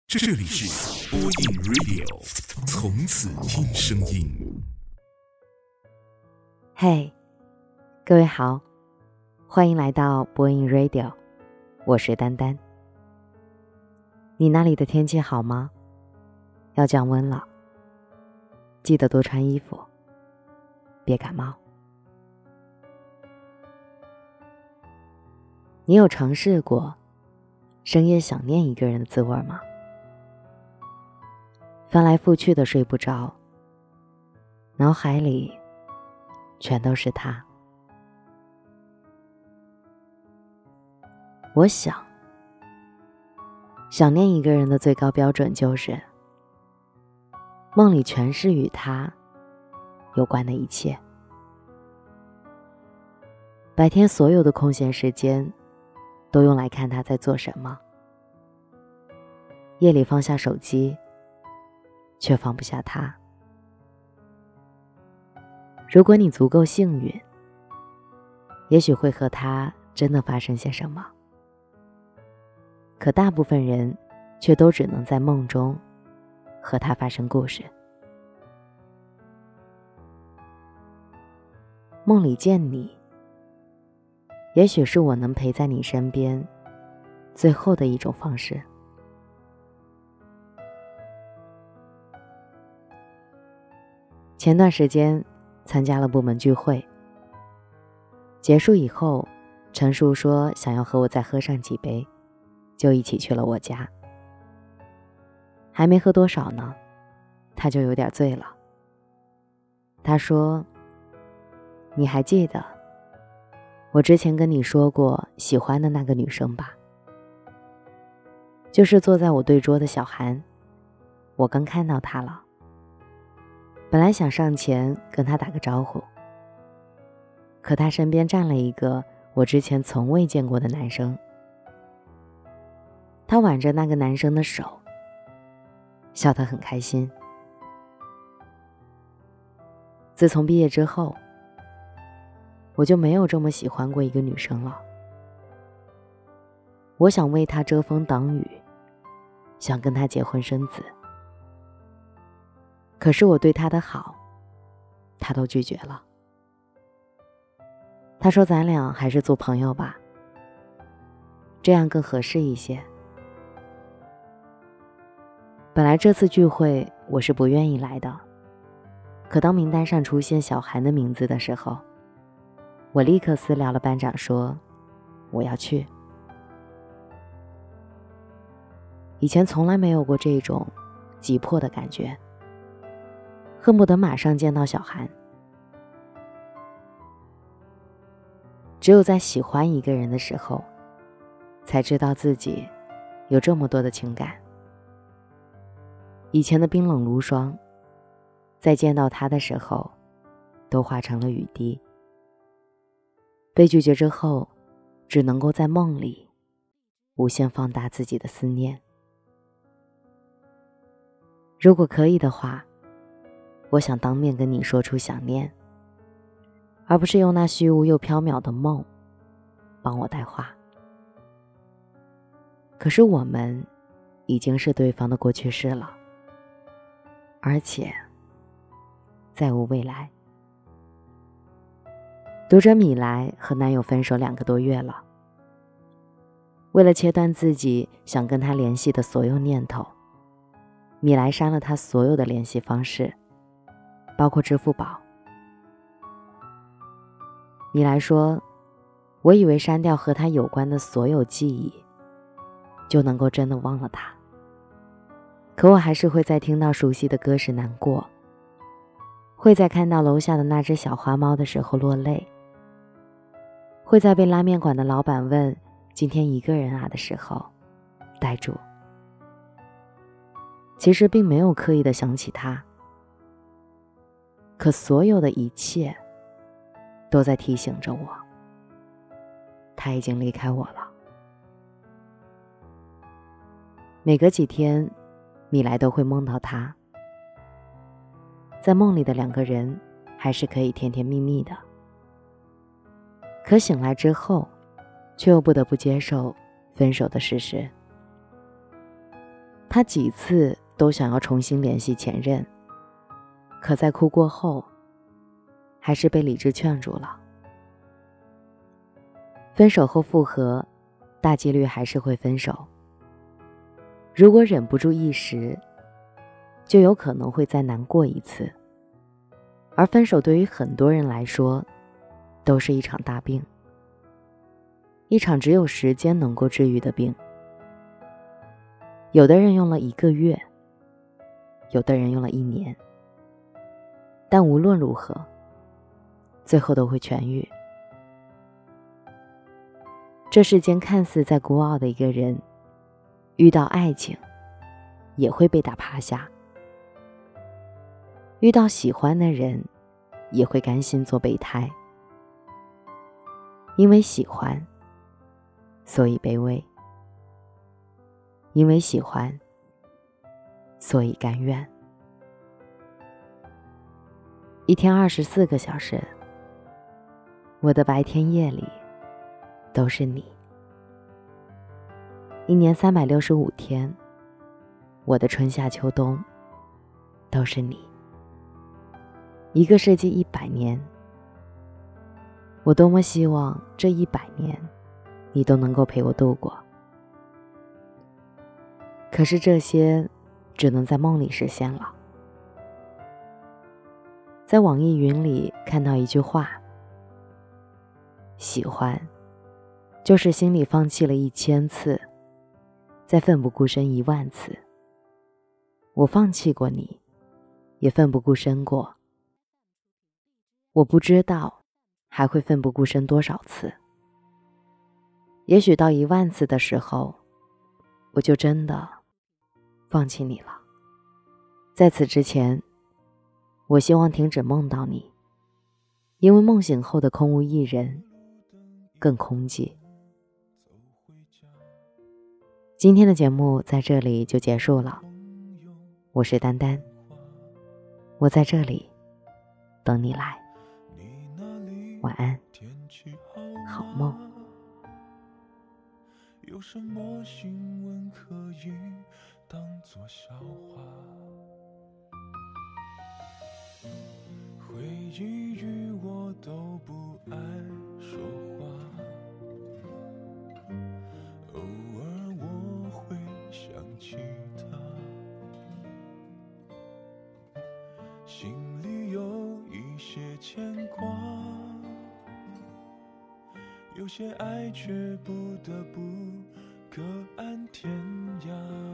这里是播音 Radio， 从此听声音。 嘿，各位好，欢迎来到播音 Radio， 我是丹丹。你那里的天气好吗？要降温了，记得多穿衣服，别感冒。你有尝试过深夜想念一个人的滋味吗？翻来覆去的睡不着，脑海里全都是他。我想念一个人的最高标准就是梦里全是与他有关的一切，白天所有的空闲时间都用来看他在做什么，夜里放下手机却放不下他。如果你足够幸运，也许会和他真的发生些什么，可大部分人却都只能在梦中和他发生故事。梦里见你，也许是我能陪在你身边最后的一种方式。前段时间参加了部门聚会，结束以后，陈叔说想要和我再喝上几杯，就一起去了我家。还没喝多少呢，他就有点醉了。他说，你还记得我之前跟你说过喜欢的那个女生吧？就是坐在我对桌的小韩，我刚看到她了。本来想上前跟她打个招呼，可她身边站了一个我之前从未见过的男生。他挽着那个男生的手，笑得很开心。自从毕业之后，我就没有这么喜欢过一个女生了。我想为她遮风挡雨，想跟她结婚生子，可是我对她的好，她都拒绝了。她说咱俩还是做朋友吧，这样更合适一些。本来这次聚会我是不愿意来的，可当名单上出现小韩的名字的时候，我立刻私聊了班长说我要去。以前从来没有过这种急迫的感觉，恨不得马上见到小韩。只有在喜欢一个人的时候，才知道自己有这么多的情感。以前的冰冷如霜，在见到他的时候都化成了雨滴。被拒绝之后，只能够在梦里无限放大自己的思念。如果可以的话，我想当面跟你说出想念，而不是用那虚无又缥缈的梦帮我带话。可是我们已经是对方的过去式了，而且再无未来。读者米莱和男友分手2个多月了，为了切断自己想跟他联系的所有念头，米莱删了他所有的联系方式，包括支付宝。米莱说，我以为删掉和他有关的所有记忆，就能够真的忘了他，可我还是会在听到熟悉的歌时难过，会在看到楼下的那只小花猫的时候落泪，会在被拉面馆的老板问今天一个人啊的时候呆住。其实并没有刻意的想起他，可所有的一切都在提醒着我，他已经离开我了。每隔几天，米莱都会梦到他，在梦里的2个人还是可以甜甜蜜蜜的，可醒来之后，却又不得不接受分手的事实。 他几次都想要重新联系前任，可在哭过后，还是被理智劝住了。分手后复合，大几率还是会分手。如果忍不住一时，就有可能会再难过一次。而分手对于很多人来说，都是一场大病，一场只有时间能够治愈的病。有的人用了1个月，有的人用了1年，但无论如何，最后都会痊愈。这世间看似再孤傲的一个人，遇到爱情也会被打趴下，遇到喜欢的人也会甘心做备胎。因为喜欢，所以卑微；因为喜欢，所以甘愿。一天24个小时，我的白天夜里都是你。一年365天，我的春夏秋冬都是你。一个世纪100年，我多么希望这100年你都能够陪我度过。可是这些只能在梦里实现了。在网易云里看到一句话，喜欢就是心里放弃了1000次，再奋不顾身10000次。我放弃过你，也奋不顾身过，我不知道还会奋不顾身多少次。也许到10000次的时候，我就真的放弃你了。在此之前，我希望停止梦到你，因为梦醒后的空无一人更空寂。今天的节目在这里就结束了，我是丹丹，我在这里等你来。晚安，好梦。 有什么新闻可以当作笑话？回忆与我都不爱说话，偶尔我会想起他，心里有一些牵挂，有些爱却不得不各安天涯。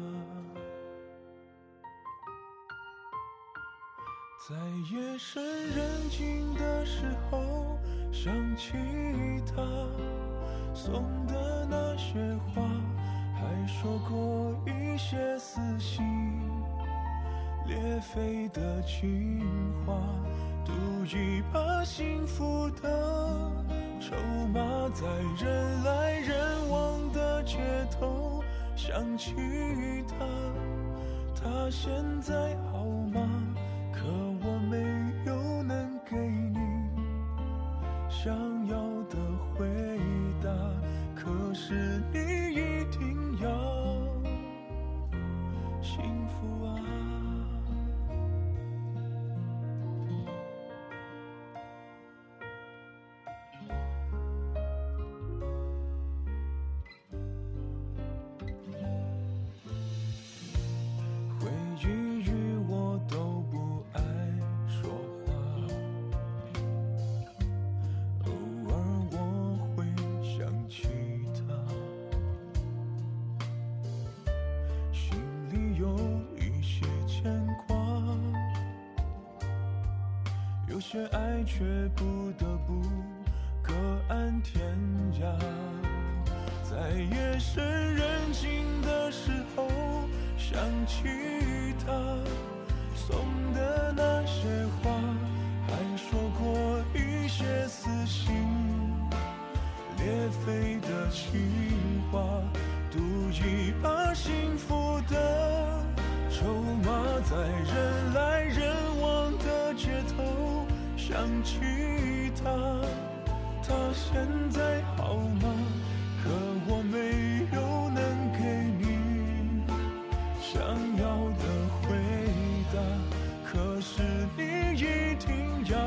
在夜深人静的时候，想起他送的那些话，还说过一些撕心裂肺的情话，赌一把幸福的筹码，在人来人往的街头想起他，他现在好吗？可我没有能给你想要的回答，可是你一定要幸福啊。回忆与我都不爱说话，偶尔我会想起他，心里有一些牵挂，有些爱却不得不各安天涯。在夜深人静的时候，想起他送的那些话，还说过一些撕心裂肺的情话，赌一把幸福的筹码，在人来人往的街头想起他，他现在好吗？可我没有能给你想要的回答，可是你一定要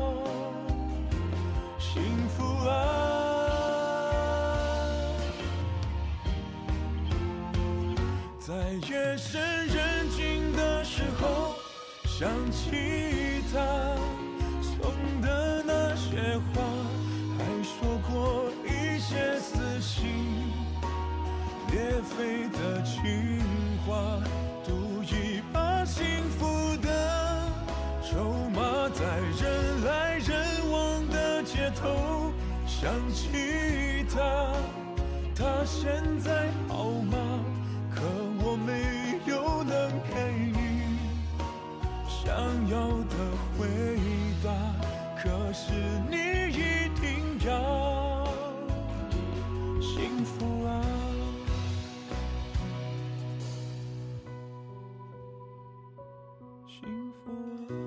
幸福啊。在夜深人静的时候，想起他送的那些话，还说过一些撕心裂肺的情话，赌一把幸福的筹码，在人来人往的街头想起他，他现在好吗？可我没有能给你想要的回答，可是你一定要幸福啊。幸福啊。